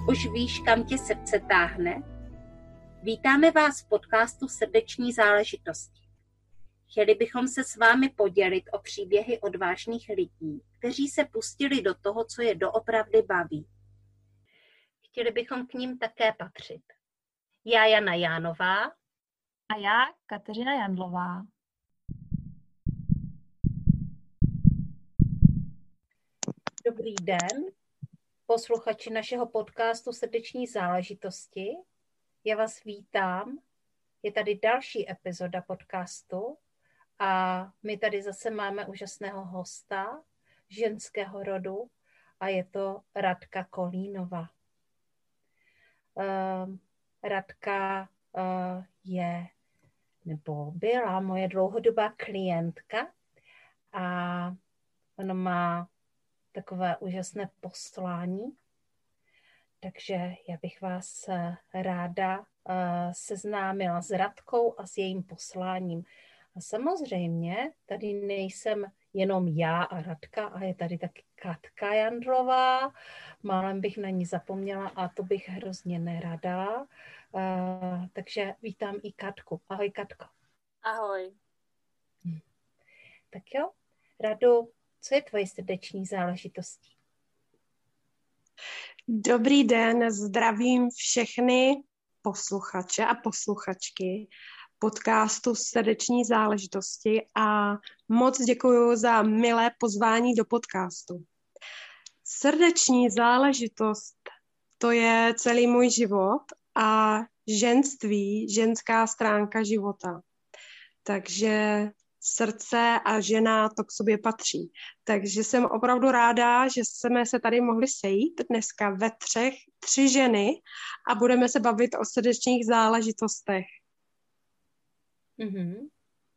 Už víš, kam tě srdce táhne? Vítáme vás v podcastu Srdeční záležitosti. Chtěli bychom se s vámi podělit o příběhy odvážných lidí, kteří se pustili do toho, co je doopravdy baví. Chtěli bychom k ním také patřit. Já Jana Jánová. A já Kateřina Jandlová. Dobrý den, posluchači našeho podcastu Srdeční záležitosti. Já vás vítám. Je tady další epizoda podcastu a my tady zase máme úžasného hosta ženského rodu a je to Radka Kolínová. Radka je nebo byla moje dlouhodobá klientka a ona má takové úžasné poslání. Takže já bych vás ráda seznámila s Radkou a s jejím posláním. A samozřejmě tady nejsem jenom já a Radka, a je tady taky Katka Jandlová. Málem bych na ní zapomněla a to bych hrozně nerada. Takže vítám i Katku. Ahoj, Katko. Ahoj. Tak jo, Radu, co je tvoje srdeční záležitostí? Dobrý den, zdravím všechny posluchače a posluchačky podcastu Srdeční záležitosti a moc děkuji za milé pozvání do podcastu. Srdeční záležitost, to je celý můj život a ženství, ženská stránka života. Takže srdce a žena to k sobě patří. Takže jsem opravdu ráda, že jsme se tady mohli sejít dneska ve tři ženy a budeme se bavit o srdečních záležitostech. Mm-hmm.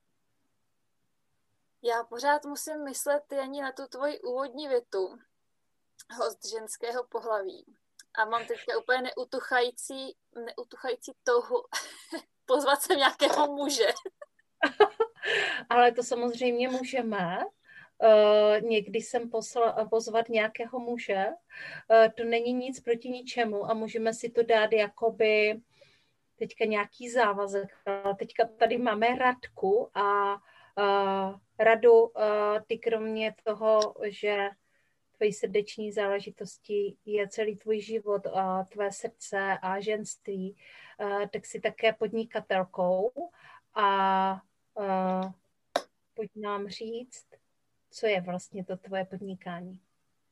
Já pořád musím myslet, Jani, na tu tvoji úvodní větu. Host ženského pohlaví. A mám teďka úplně neutuchající touhu pozvat sem nějakého muže. Ale to samozřejmě můžeme. Někdy sem pozvat nějakého muže. To není nic proti ničemu a můžeme si to dát jakoby teďka nějaký závazek. Teďka tady máme Radku a Radu, ty kromě toho, že tvojí srdeční záležitosti je celý tvůj život a tvé srdce a ženství, tak jsi také podnikatelkou a pojď nám říct, co je vlastně to tvoje podnikání.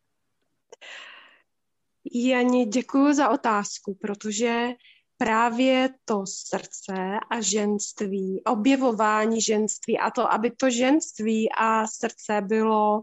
Jani, děkuji za otázku, protože právě to srdce a ženství, objevování ženství a to, aby to ženství a srdce bylo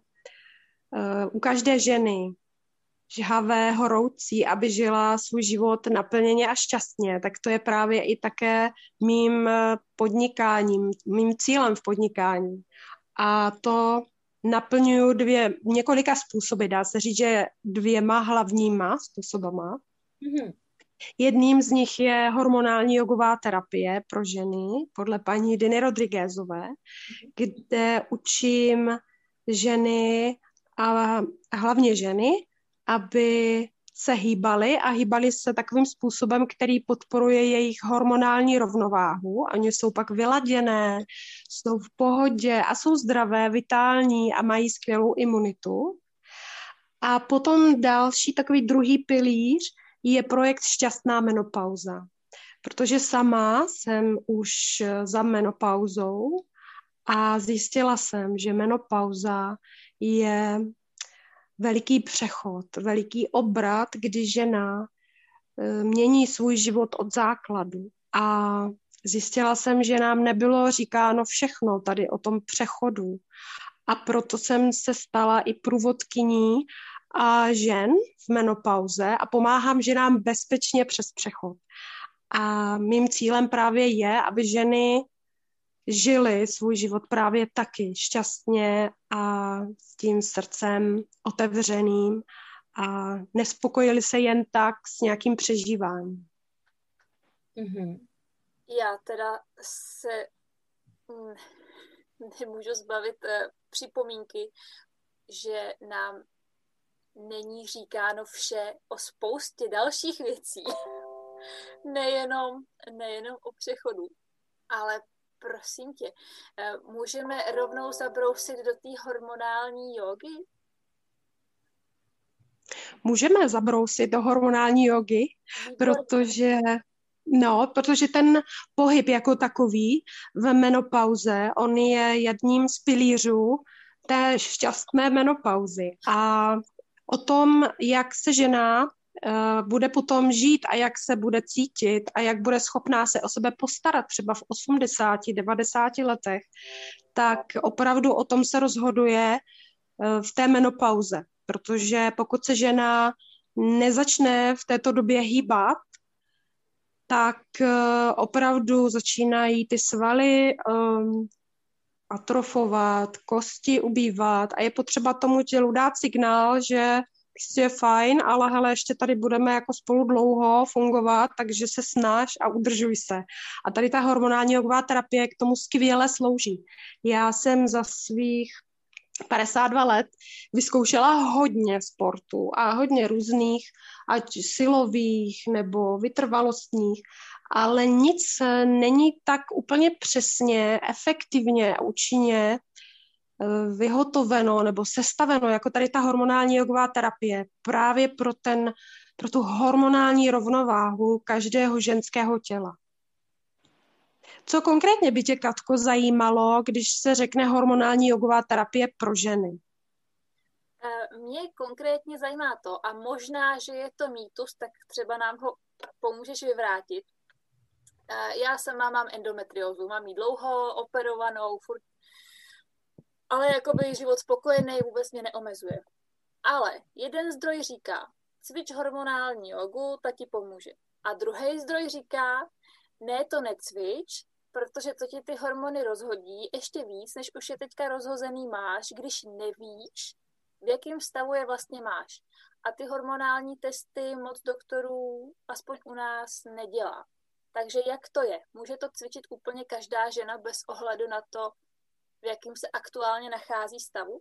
u každé ženy žhavé, horoucí, aby žila svůj život naplněně a šťastně, tak to je právě i také mým podnikáním, mým cílem v podnikání. A to naplňuju několika způsoby, dá se říct, že 2 hlavníma způsobama. Mm-hmm. Jedním z nich je hormonální jogová terapie pro ženy podle paní Diny Rodriguezové, kde učím ženy a hlavně ženy, aby se hýbaly se takovým způsobem, který podporuje jejich hormonální rovnováhu. Oni jsou pak vyladěné, jsou v pohodě a jsou zdravé, vitální a mají skvělou imunitu. A potom další takový druhý pilíř je projekt Šťastná menopauza. Protože sama jsem už za menopauzou a zjistila jsem, že menopauza je veliký přechod, veliký obrat, kdy žena mění svůj život od základu. A zjistila jsem, že nám nebylo říkáno všechno tady o tom přechodu. A proto jsem se stala i průvodkyní a žen v menopauze a pomáhám ženám bezpečně přes přechod. A mým cílem právě je, aby ženy žili svůj život právě taky šťastně a s tím srdcem otevřeným a nespokojili se jen tak s nějakým přežíváním. Mm-hmm. Já teda se nemůžu zbavit připomínky, že nám není říkáno vše o spoustě dalších věcí. Nejenom o přechodu. Ale prosím tě, můžeme rovnou zabrousit do té hormonální jógy? Můžeme zabrousit do hormonální jógy, protože ten pohyb jako takový v menopauze, on je jedním z pilířů té šťastné menopauzy. A o tom, jak se žena bude potom žít a jak se bude cítit a jak bude schopná se o sebe postarat třeba v 80, 90 letech, tak opravdu o tom se rozhoduje v té menopauze. Protože pokud se žena nezačne v této době hýbat, tak opravdu začínají ty svaly atrofovat, kosti ubývat a je potřeba tomu tělu dát signál, že je fajn, ale hele, ještě tady budeme jako spolu dlouho fungovat, takže se snaž a udržuj se. A tady ta hormonální jogová terapie k tomu skvěle slouží. Já jsem za svých 52 let vyzkoušela hodně sportů a hodně různých, ať silových nebo vytrvalostních, ale nic není tak úplně přesně, efektivně a účinně vyhotoveno nebo sestaveno, jako tady ta hormonální jogová terapie, právě pro tu hormonální rovnováhu každého ženského těla. Co konkrétně by tě, Katko, zajímalo, když se řekne hormonální jogová terapie pro ženy? Mě konkrétně zajímá to, a možná, že je to mýtus, tak třeba nám ho pomůžeš vyvrátit. Já sama mám endometriózu, mám ji dlouho operovanou, furt, ale jakoby život spokojený vůbec mě neomezuje. Ale jeden zdroj říká, cvič hormonální jogu, ta ti pomůže. A druhý zdroj říká, ne, to necvič, protože to ti ty hormony rozhodí ještě víc, než už je teďka rozhozený máš, když nevíš, v jakém stavu je vlastně máš. A ty hormonální testy moc doktorů, aspoň u nás, nedělá. Takže jak to je? Může to cvičit úplně každá žena bez ohledu na to, v jakém se aktuálně nachází stavu?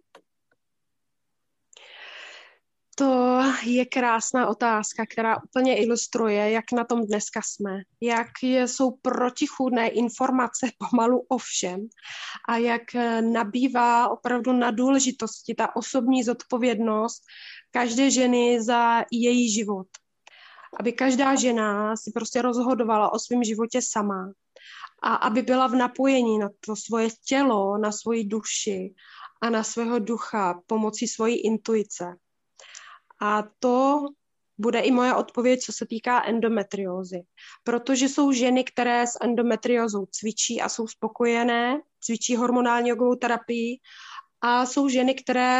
To je krásná otázka, která úplně ilustruje, jak na tom dneska jsme, jak jsou protichůdné informace pomalu o všem a jak nabývá opravdu na důležitosti ta osobní zodpovědnost každé ženy za její život. Aby každá žena si prostě rozhodovala o svém životě sama a aby byla v napojení na to svoje tělo, na svoji duši a na svého ducha pomocí svojí intuice. A to bude i moje odpověď, co se týká endometriózy. Protože jsou ženy, které s endometriózou cvičí a jsou spokojené, cvičí hormonální jogovou terapii, a jsou ženy,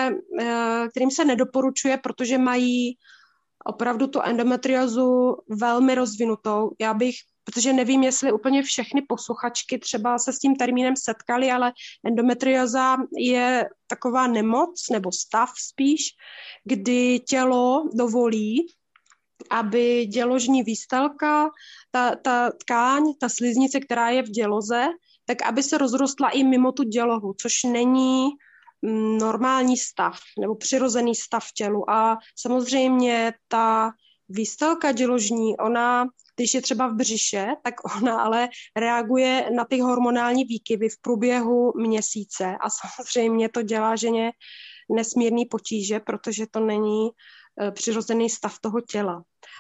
kterým se nedoporučuje, protože mají opravdu tu endometriózu velmi rozvinutou. Protože nevím, jestli úplně všechny posluchačky třeba se s tím termínem setkali, ale endometrióza je taková nemoc nebo stav spíš, kdy tělo dovolí, aby děložní výstelka, ta tkáň, ta sliznice, která je v děloze, tak aby se rozrostla i mimo tu dělohu, což není normální stav nebo přirozený stav v tělu. A samozřejmě ta výstelka děložní, ona, když je třeba v břiše, tak ona ale reaguje na ty hormonální výkyvy v průběhu měsíce a samozřejmě to dělá ženě nesmírný potíže, protože to není přirozený stav toho těla.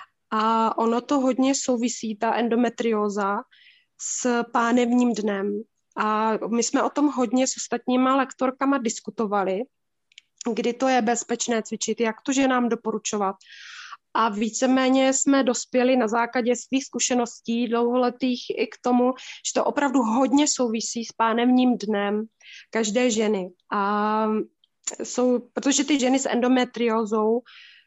A ono to hodně souvisí, ta endometrióza, s pánevním dnem. A my jsme o tom hodně s ostatníma lektorkama diskutovali, kdy to je bezpečné cvičit, jak to ženám doporučovat. A víceméně jsme dospěli na základě svých zkušeností dlouholetých i k tomu, že to opravdu hodně souvisí s pánevním dnem každé ženy. A protože ty ženy s endometriózou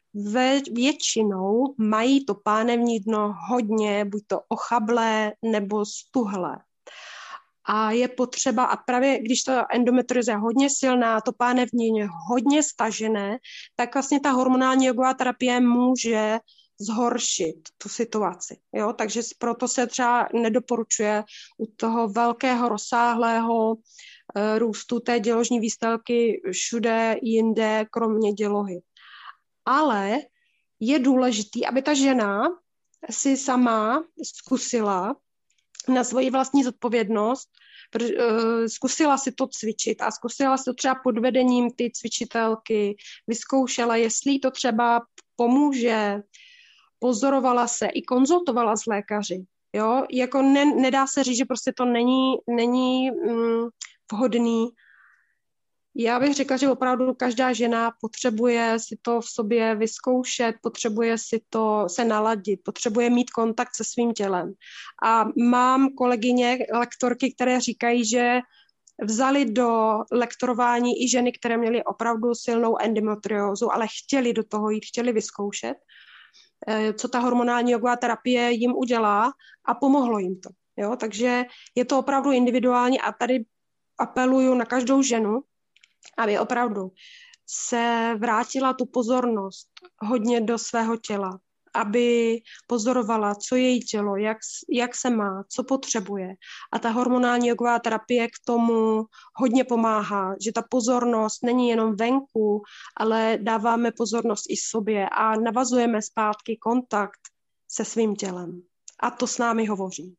většinou mají to pánevní dno hodně, buď to ochablé nebo stuhlé. A je potřeba, a právě když ta endometrióza je hodně silná, to pánevní je hodně stažené, tak vlastně ta hormonální jogová terapie může zhoršit tu situaci. Jo? Takže proto se třeba nedoporučuje u toho velkého, rozsáhlého růstu té děložní výstelky všude jinde, kromě dělohy. ale je důležité, aby ta žena si sama zkusila na svoji vlastní zodpovědnost, zkusila si to cvičit a zkusila si to třeba pod vedením ty cvičitelky, vyzkoušela, jestli to třeba pomůže, pozorovala se i konzultovala s lékaři. Jo? Jako nedá se říct, že prostě to není vhodný. Já bych řekla, že opravdu každá žena potřebuje si to v sobě vyzkoušet, potřebuje si to se naladit, potřebuje mít kontakt se svým tělem. A mám kolegyně, lektorky, které říkají, že vzali do lektorování i ženy, které měly opravdu silnou endometriózu, ale chtěli do toho jít, chtěli vyzkoušet, co ta hormonální jogová terapie jim udělá a pomohlo jim to. Jo? Takže je to opravdu individuální a tady apeluju na každou ženu, aby opravdu se vrátila tu pozornost hodně do svého těla, aby pozorovala, co je její tělo, jak se má, co potřebuje. A ta hormonální jogová terapie k tomu hodně pomáhá, že ta pozornost není jenom venku, ale dáváme pozornost i sobě a navazujeme zpátky kontakt se svým tělem. A to s námi hovoří.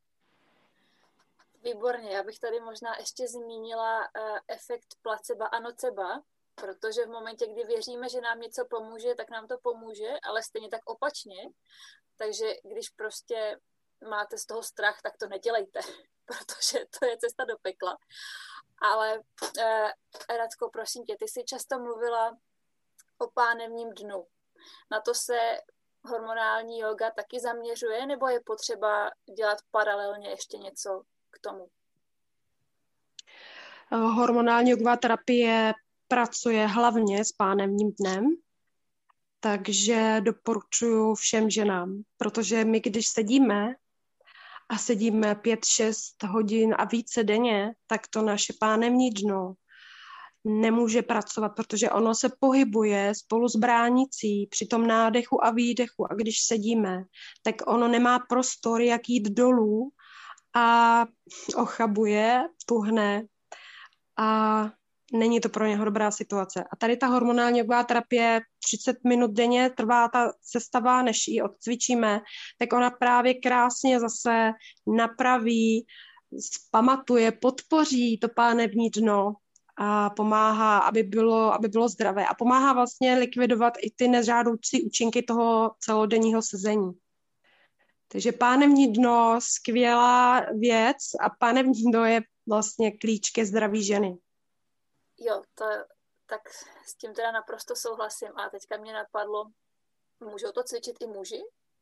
Výborně, já bych tady možná ještě zmínila efekt placebo a nocebo, protože v momentě, kdy věříme, že nám něco pomůže, tak nám to pomůže, ale stejně tak opačně. Takže když prostě máte z toho strach, tak to nedělejte, protože to je cesta do pekla. Ale Radko, prosím tě, ty jsi často mluvila o pánevním dnu. Na to se hormonální yoga taky zaměřuje, nebo je potřeba dělat paralelně ještě něco k tomu? Hormonální jogová terapie pracuje hlavně s pánevním dnem, takže doporučuji všem ženám, protože my, když sedíme 5-6 hodin a více denně, tak to naše pánevní dno nemůže pracovat, protože ono se pohybuje spolu s bránicí při tom nádechu a výdechu a když sedíme, tak ono nemá prostor, jak jít dolů a ochabuje, tuhne a není to pro něho dobrá situace. A tady ta hormonální jogová terapie 30 minut denně trvá ta sestava, než ji odcvičíme, tak ona právě krásně zase napraví, pamatuje, podpoří to pánevní dno a pomáhá, aby bylo zdravé. A pomáhá vlastně likvidovat i ty nežádoucí účinky toho celodenního sezení. Takže pánevní dno, skvělá věc a pánevní dno je vlastně klíč ke zdraví ženy. Jo, tak s tím teda naprosto souhlasím. A teďka mě napadlo, můžou to cvičit i muži?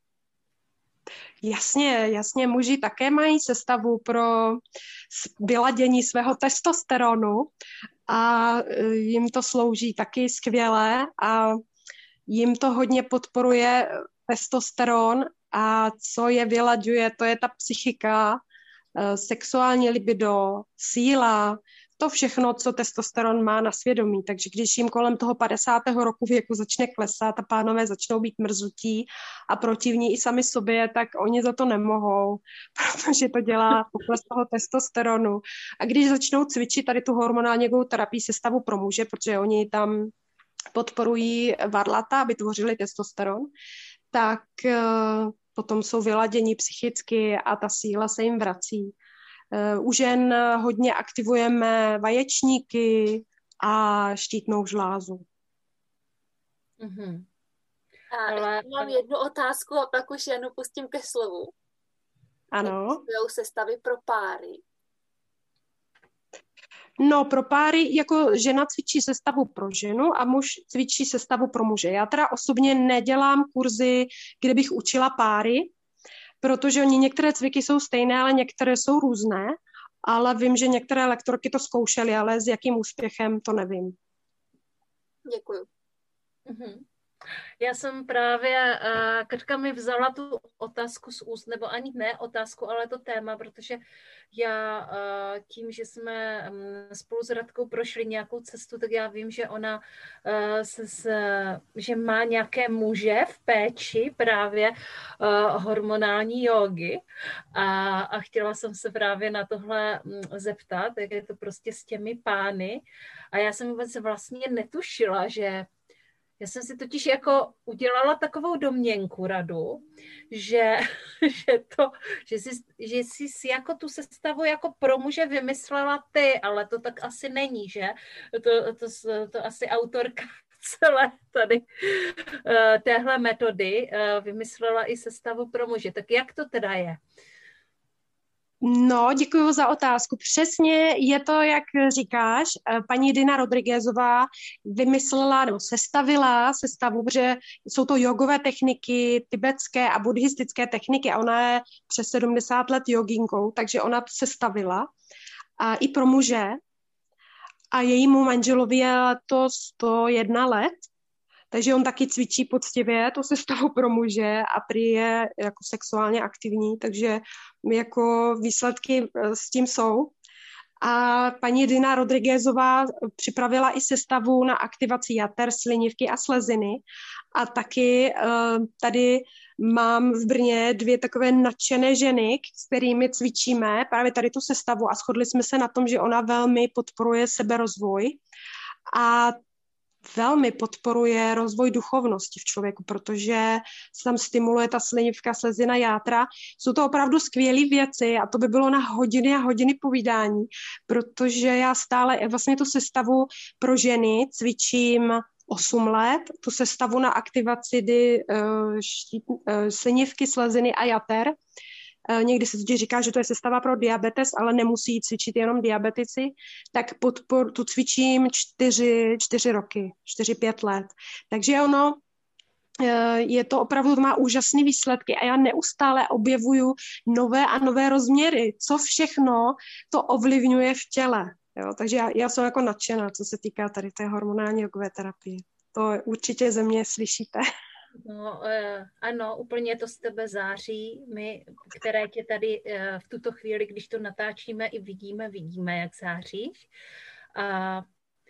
Jasně, muži také mají sestavu pro vyladění svého testosteronu a jim to slouží taky skvěle a jim to hodně podporuje testosteron a co je vylaďuje, to je ta psychika, sexuální libido, síla, to všechno, co testosteron má na svědomí. Takže když jim kolem toho 50. roku věku začne klesat a pánové začnou být mrzutí a protivní i sami sobě, tak oni za to nemohou, protože to dělá pokles toho testosteronu. A když začnou cvičit tady tu hormonální jogovou terapii sestavu pro muže, protože oni tam podporují varlata, aby tvořili testosteron, tak potom jsou vyladění psychicky a ta síla se jim vrací. U žen hodně aktivujeme vaječníky a štítnou žlázu. Mm-hmm. Ale mám jednu otázku a pak už Janu pustím ke slovu. Ano. Jsou sestavy pro páry? No, pro páry jako žena cvičí sestavu pro ženu a muž cvičí sestavu pro muže. Já teda osobně nedělám kurzy, kde bych učila páry, protože oni některé cviky jsou stejné, ale některé jsou různé, ale vím, že některé lektorky to zkoušely, ale s jakým úspěchem, to nevím. Děkuju. Mhm. Já jsem právě, Kačka mi vzala tu otázku z úst, nebo ani ne otázku, ale to téma, protože já tím, že jsme spolu s Radkou prošli nějakou cestu, tak já vím, že ona že má nějaké muže v péči právě hormonální jógy a chtěla jsem se právě na tohle zeptat, jak je to prostě s těmi pány a já jsem vůbec vlastně netušila, že Já jsem si totiž jako udělala takovou domněnku, Radu, že jsi si jako tu sestavu jako pro muže vymyslela ty, ale to tak asi není, že? To asi autorka celé tady téhle metody vymyslela i sestavu pro muže. Tak jak to teda je? No, děkuji za otázku. Přesně je to, jak říkáš. Paní Dina Rodriguezová vymyslela nebo sestavila sestavu, protože jsou to jogové techniky, tibetské a buddhistické techniky a ona je přes 70 let joginkou, takže ona sestavila a i pro muže. A jejímu manželovi je to 101 let, takže on taky cvičí poctivě tu sestavu pro muže a prý je jako sexuálně aktivní, takže jako výsledky s tím jsou. A paní Dina Rodriguezová připravila i sestavu na aktivaci jater, slinivky a sleziny. A taky tady mám v Brně 2 takové nadšené ženy, s kterými cvičíme právě tady tu sestavu a shodli jsme se na tom, že ona velmi podporuje seberozvoj a velmi podporuje rozvoj duchovnosti v člověku, protože se tam stimuluje ta slinivka, slezina, játra. Jsou to opravdu skvělé věci a to by bylo na hodiny a hodiny povídání, protože já stále vlastně tu sestavu pro ženy cvičím 8 let, tu sestavu na aktivaci slinivky, sleziny a jater. Někdy se totiž říká, že to je sestava pro diabetes, ale nemusí cvičit jenom diabetici, tak tu cvičím 4 roky, 4-5 let. Takže ono, je to opravdu, má úžasné výsledky a já neustále objevuju nové a nové rozměry, co všechno to ovlivňuje v těle. Jo? Takže já jsem jako nadšená, co se týká tady té hormonální jogové terapie. To určitě ze mě slyšíte. No, ano, úplně to z tebe září. My, které tě tady v tuto chvíli, když to natáčíme, i vidíme, jak záříš. A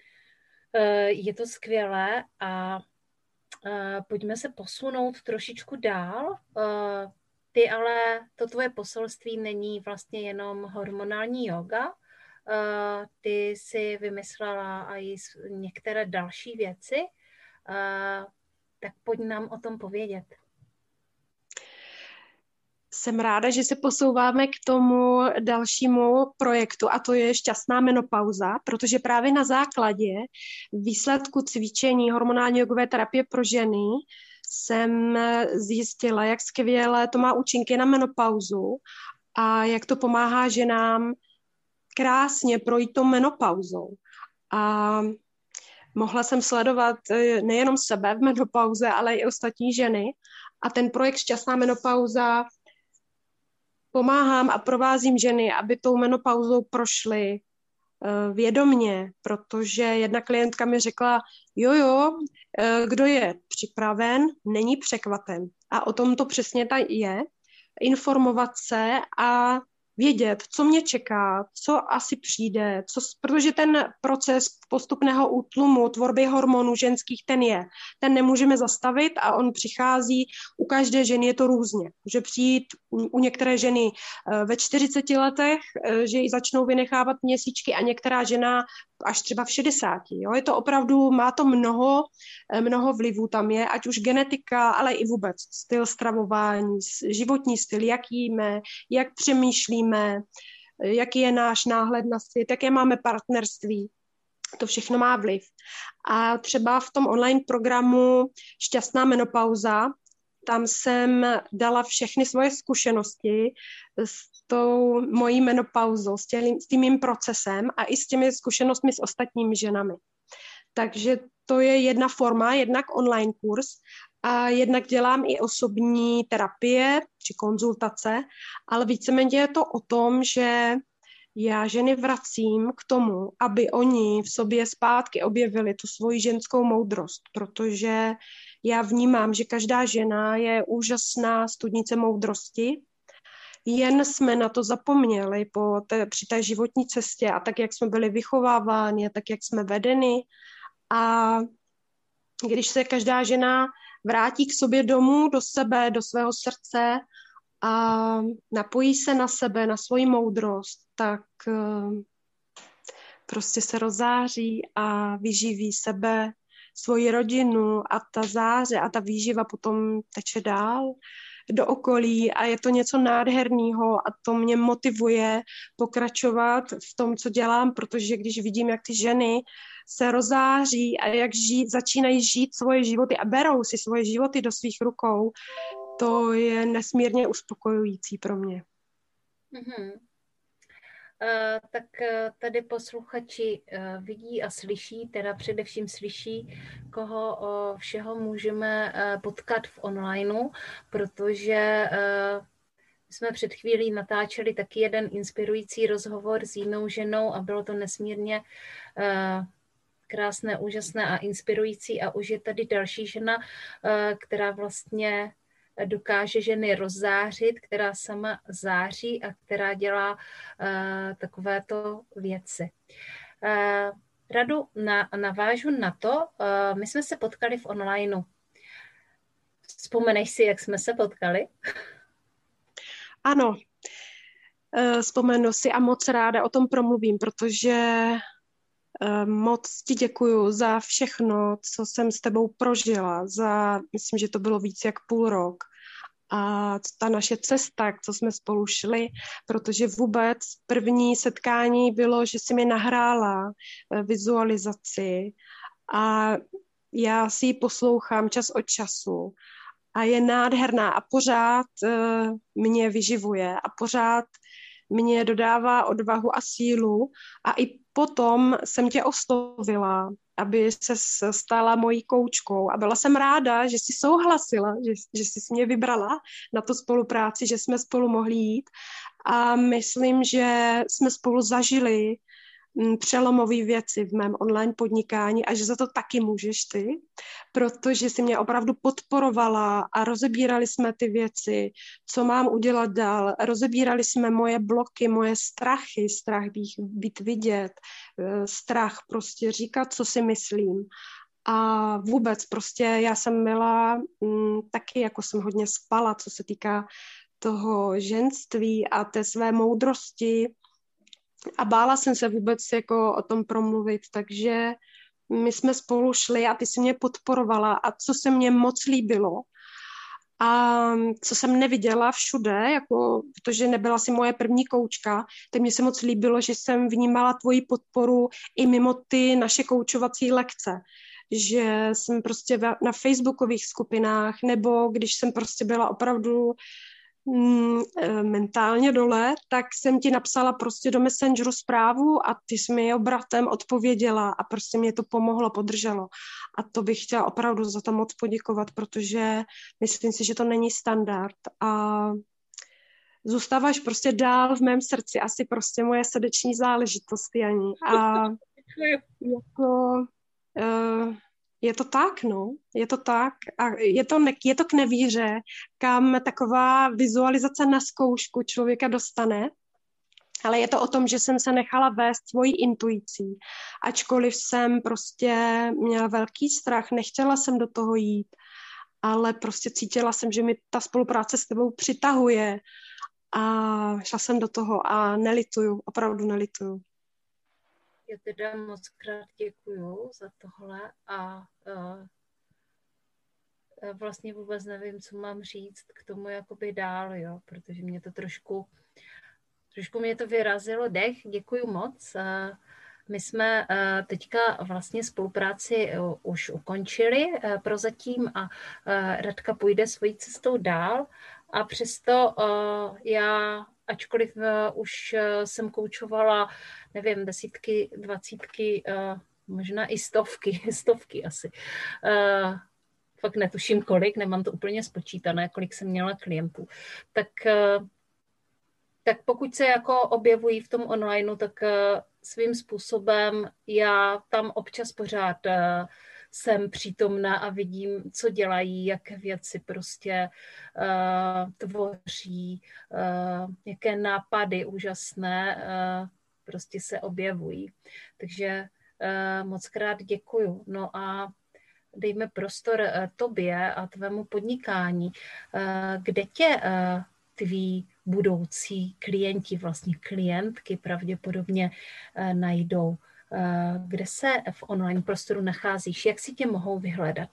je to skvělé a pojďme se posunout trošičku dál. Ty ale, to tvoje poselství není vlastně jenom hormonální yoga. Ty si vymyslela i některé další věci. Tak pojď nám o tom povědět. Jsem ráda, že se posouváme k tomu dalšímu projektu a to je šťastná menopauza, protože právě na základě výsledku cvičení hormonální jogové terapie pro ženy jsem zjistila, jak skvěle to má účinky na menopauzu a jak to pomáhá ženám krásně projít tou menopauzou. A mohla jsem sledovat nejenom sebe v menopauze, ale i ostatní ženy. A ten projekt Šťastná menopauza pomáhám a provázím ženy, aby tou menopauzou prošly vědomně, protože jedna klientka mi řekla, kdo je připraven, není překvapen. A o tom to přesně je, informovat se a vědět, co mě čeká, co asi přijde, protože ten proces postupného útlumu tvorby hormonů ženských, ten nemůžeme zastavit a on přichází, u každé ženy je to různě. Může přijít u některé ženy ve 40 letech, že ji začnou vynechávat měsíčky a některá žena až třeba v 60. Jo? Je to opravdu, má to mnoho vlivů tam je, ať už genetika, ale i vůbec styl stravování, životní styl, jak jíme, jak přemýšlíme, jaký je náš náhled na svět, jaké máme partnerství. To všechno má vliv. A třeba v tom online programu Šťastná menopauza, tam jsem dala všechny svoje zkušenosti s tou mojí menopauzou, s tím mým procesem a i s těmi zkušenostmi s ostatními ženami. Takže to je jedna forma, jednak online kurz a jednak dělám i osobní terapie či konzultace, ale víceméně je to o tom, že já ženy vracím k tomu, aby oni v sobě zpátky objevili tu svoji ženskou moudrost, protože já vnímám, že každá žena je úžasná studnice moudrosti, jen jsme na to zapomněli při té životní cestě a tak, jak jsme byli vychováváni, tak, jak jsme vedeni. A když se každá žena vrátí k sobě domů, do sebe, do svého srdce a napojí se na sebe, na svoji moudrost, tak prostě se rozáří a vyživí sebe, svoji rodinu a ta záře a ta výživa potom teče dál do okolí a je to něco nádherného a to mě motivuje pokračovat v tom, co dělám, protože když vidím, jak ty ženy se rozáří a jak začínají žít svoje životy a berou si svoje životy do svých rukou, to je nesmírně uspokojující pro mě. Mm-hmm. Tak tady posluchači vidí a slyší, teda především slyší, koho všeho můžeme potkat v onlineu, protože jsme před chvílí natáčeli taky jeden inspirující rozhovor s jinou ženou a bylo to nesmírně krásné, úžasné a inspirující a už je tady další žena, která vlastně dokáže ženy rozzářit, která sama září a která dělá takovéto věci. Radu, navážu na to, my jsme se potkali v onlineu. Vzpomeneš si, jak jsme se potkali? Ano, vzpomenu si a moc ráda o tom promluvím, protože moc ti děkuju za všechno, co jsem s tebou prožila, myslím, že to bylo víc jak půl rok. A ta naše cesta, co jsme spolu šli, protože vůbec první setkání bylo, že jsi mi nahrála vizualizaci a já si ji poslouchám čas od času a je nádherná a pořád mě vyživuje a pořád mě dodává odvahu a sílu a i potom jsem tě oslovila, aby se stala mojí koučkou a byla jsem ráda, že jsi souhlasila, že jsi mě vybrala na tu spolupráci, že jsme spolu mohli jít a myslím, že jsme spolu zažili přelomové věci v mém online podnikání a že za to taky můžeš ty, protože jsi mě opravdu podporovala a rozebírali jsme ty věci, co mám udělat dál. Rozebírali jsme moje bloky, moje strachy, strach být vidět, strach prostě říkat, co si myslím. A vůbec prostě já jsem byla taky, jako jsem hodně spala, co se týká toho ženství a té své moudrosti, a bála jsem se vůbec jako o tom promluvit, takže my jsme spolu šli a ty jsi mě podporovala a co se mně moc líbilo a co jsem neviděla všude, jako, protože nebyla si moje první koučka, tak mně se moc líbilo, že jsem vnímala tvoji podporu i mimo ty naše koučovací lekce, že jsem prostě na facebookových skupinách nebo když jsem prostě byla opravdu mentálně dole, tak jsem ti napsala prostě do Messengeru zprávu a ty jsi mi obratem odpověděla a prostě mě to pomohlo, podrželo. A to bych chtěla opravdu za to moc poděkovat, protože myslím si, že to není standard a zůstáváš prostě dál v mém srdci, asi prostě moje srdeční záležitost, Janí. A jako... je to tak, no. Je to tak. A je to k nevíře, kam taková vizualizace na zkoušku člověka dostane. Ale je to o tom, že jsem se nechala vést svojí intuicí. Ačkoliv jsem prostě měla velký strach, nechtěla jsem do toho jít, ale prostě cítila jsem, že mi ta spolupráce s tebou přitahuje a šla jsem do toho a nelituju, opravdu nelituju. Já teda moc krát děkuju za tohle a vlastně vůbec nevím, co mám říct k tomu jakoby dál, jo, protože mě to trošku mě to vyrazilo dech, děkuju moc. My jsme teďka vlastně spolupráci už ukončili prozatím a Radka půjde svojí cestou dál a přesto já, ačkoliv už jsem koučovala, nevím, desítky, 20, možná i stovky asi. Fakt netuším kolik, nemám to úplně spočítané, kolik jsem měla klientů. Tak pokud se jako objevují v tom onlineu, tak svým způsobem já tam občas pořád jsem přítomná a vidím, co dělají, jaké věci prostě tvoří, jaké nápady úžasné prostě se objevují. Takže moc krát děkuju. No a dejme prostor tobě a tvému podnikání. Kde tě tví budoucí klienti, vlastně klientky pravděpodobně najdou? kde se v online prostoru nacházíš, jak si tě mohou vyhledat?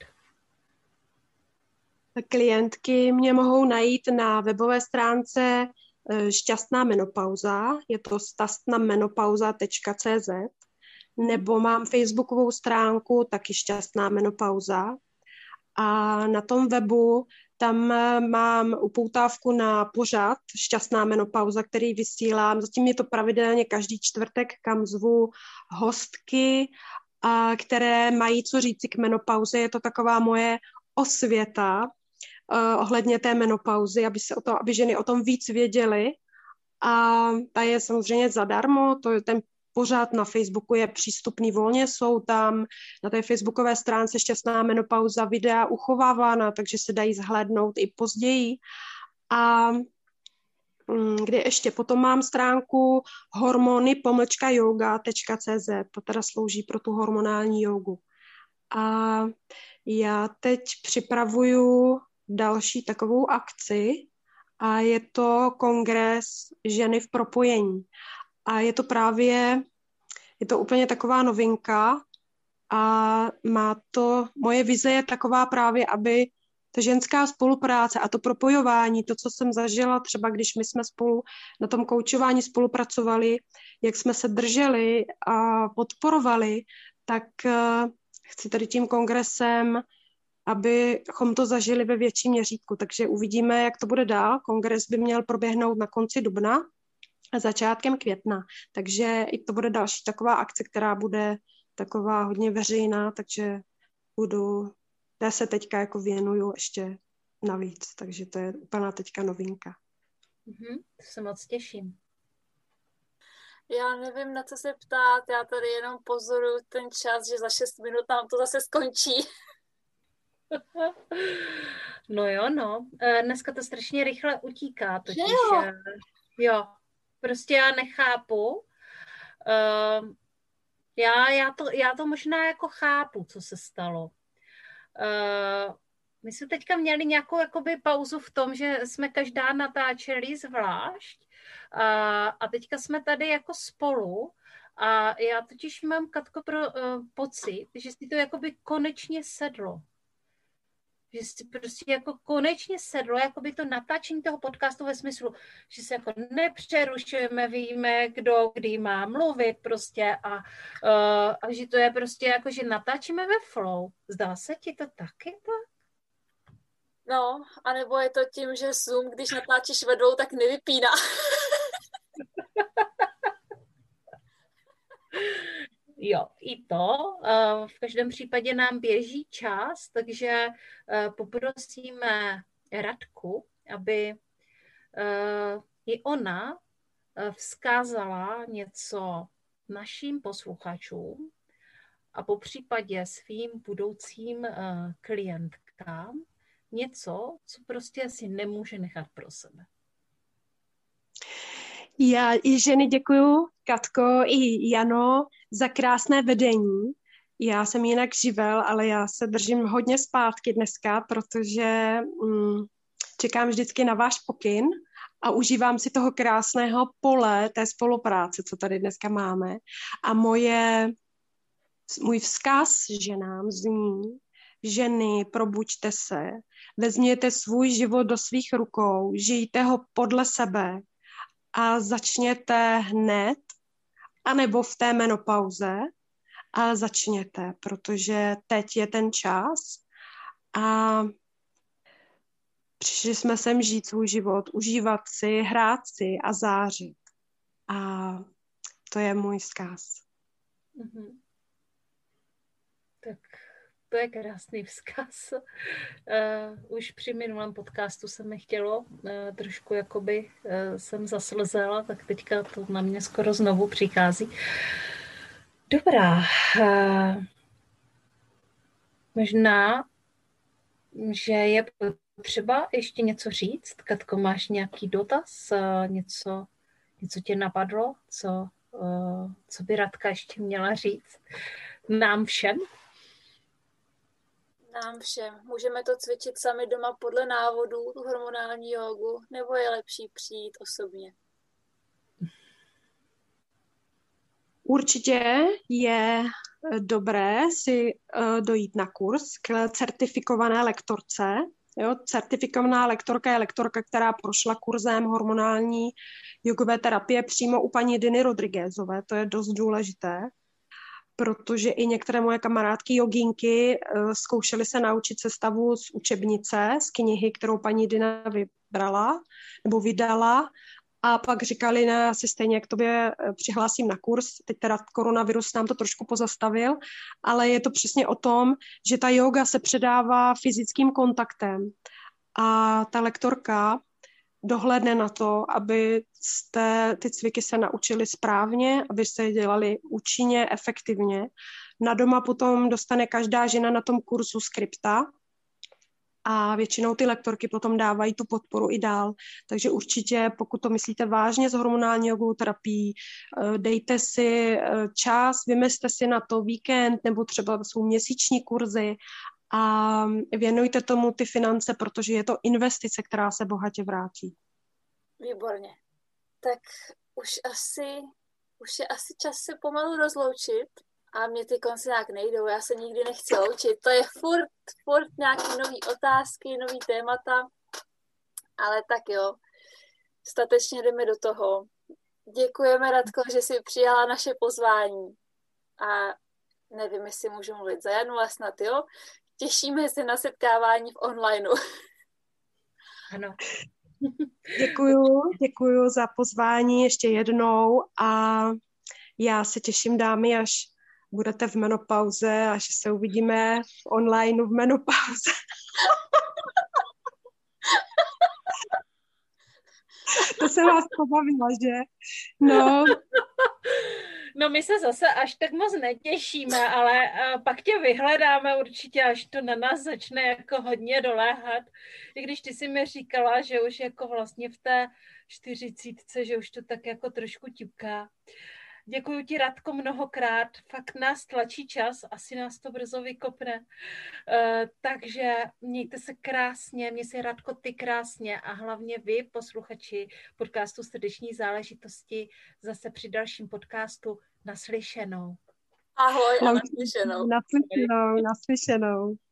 Klientky mě mohou najít na webové stránce Šťastná menopauza, je to stasnamenopauza.cz, nebo mám facebookovou stránku, taky Šťastná menopauza. A na tom webu tam mám upoutávku na pořad Šťastná menopauza, který vysílám. Zatím je to pravidelně každý čtvrtek, kam zvu hostky, které mají co říci k menopauze. Je to taková moje osvěta ohledně té menopauzy, aby ženy o tom víc věděly. A ta je samozřejmě zadarmo, ten pořád na Facebooku je přístupný volně, jsou tam na té facebookové stránce Šťastná menopauza videa uchovávána, takže se dají zhlédnout i později. A kde ještě potom mám stránku hormony-yoga.cz, to teda slouží pro tu hormonální jogu. A já teď připravuju další takovou akci a je to kongres Ženy v propojení. A je to úplně taková novinka a moje vize je taková právě, aby ta ženská spolupráce a to propojování, to, co jsem zažila třeba, když my jsme spolu na tom koučování spolupracovali, jak jsme se drželi a podporovali, tak chci tady tím kongresem, abychom to zažili ve větším měřítku. Takže uvidíme, jak to bude dál. Kongres by měl proběhnout na konci dubna a začátkem května. Takže i to bude další taková akce, která bude taková hodně veřejná, takže já se teďka jako věnuju ještě navíc. Takže to je úplná teďka novinka. To se moc těším. Já nevím, na co se ptát, já tady jenom pozoruju ten čas, že za 6 minut nám to zase skončí. No jo, no. Dneska to strašně rychle utíká, totiž. Jo, prostě já nechápu. Já to možná jako chápu, co se stalo. My jsme teďka měli nějakou jakoby pauzu v tom, že jsme každá natáčeli zvlášť a teďka jsme tady jako spolu a já totiž mám, Katko, pocit, že si to jakoby konečně sedlo. Že si prostě jako konečně sedlo jakoby to natáčení toho podcastu ve smyslu, že se jako nepřerušujeme, víme, kdy má mluvit prostě a že to je prostě jako, že natáčíme ve flow. Zdá se ti to taky tak? No, anebo je to tím, že Zoom, když natáčíš ve dvou, tak nevypíná. Jo, i to. V každém případě nám běží čas, takže poprosíme Radku, aby i ona vzkázala něco našim posluchačům a popřípadě svým budoucím klientkám něco, co prostě si nemůže nechat pro sebe. Já i ženy děkuju, Katko, i Jano, za krásné vedení. Já jsem jinak živel, ale já se držím hodně zpátky dneska, protože čekám vždycky na váš pokyn a užívám si toho krásného pole té spolupráce, co tady dneska máme. A můj vzkaz ženám zní: ženy, probuďte se, vezměte svůj život do svých rukou, žijte ho podle sebe a začněte hned, anebo v té menopauze, ale začněte, protože teď je ten čas a přišli jsme sem žít svůj život, užívat si, hrát si a zářit. A to je můj vzkaz. Tak to je krásný vzkaz. Už při minulém podcastu se mi chtělo, trošku jakoby jsem zaslzela, tak teďka to na mě skoro znovu přichází. Dobrá. Možná, že je potřeba ještě něco říct. Katko, máš nějaký dotaz? Něco tě napadlo? Co by Radka ještě měla říct nám všem? Nám všem. Můžeme to cvičit sami doma podle návodů, tu hormonální jógu, nebo je lepší přijít osobně? Určitě je dobré si dojít na kurz k certifikované lektorce. Jo, certifikovaná lektorka je lektorka, která prošla kurzem hormonální jogové terapie přímo u paní Diny Rodriguezové. To je dost důležité, protože i některé moje kamarádky jogínky zkoušely se naučit sestavu z učebnice, z knihy, kterou paní Dina vybrala nebo vydala, a pak říkali, ne, já si stejně jak tobě přihlásím na kurz, teď teda koronavirus nám to trošku pozastavil, ale je to přesně o tom, že ta yoga se předává fyzickým kontaktem a ta lektorka dohlédne na to, aby jste ty cviky se naučili správně, aby se je dělali účinně, efektivně. Na doma potom dostane každá žena na tom kurzu skripta a většinou ty lektorky potom dávají tu podporu i dál. Takže určitě, pokud to myslíte vážně s hormonální jogovou terapií, dejte si čas, vymezte si na to víkend, nebo třeba jsou měsíční kurzy a věnujte tomu ty finance, protože je to investice, která se bohatě vrátí. Výborně. Tak už je asi čas se pomalu rozloučit. A mě ty konce nějak nejdou, já se nikdy nechci loučit. To je furt nějaké nové otázky, nový témata. Ale tak jo, statečně jdeme do toho. Děkujeme, Radko, že jsi přijala naše pozvání. A nevím, jestli můžu mluvit za Janu, ale snad jo. Těšíme se na setkávání v onlineu. Ano. Děkuju za pozvání ještě jednou a já se těším, dámy, až budete v menopauze a že se uvidíme v onlineu v menopauze. To se vás pobavila, že? No. No my se zase až tak moc netěšíme, ale pak tě vyhledáme určitě, až to na nás začne jako hodně doléhat. I když ty si mi říkala, že už jako vlastně v té 40, že už to tak jako trošku ťuká. Děkuji ti, Radko, mnohokrát. Fakt nás tlačí čas, asi nás to brzo vykopne. Takže mějte se krásně, měj se, Radko, ty krásně a hlavně vy, posluchači podcastu Srdeční záležitosti, zase při dalším podcastu naslyšenou. Ahoj a naslyšenou. Naslyšenou.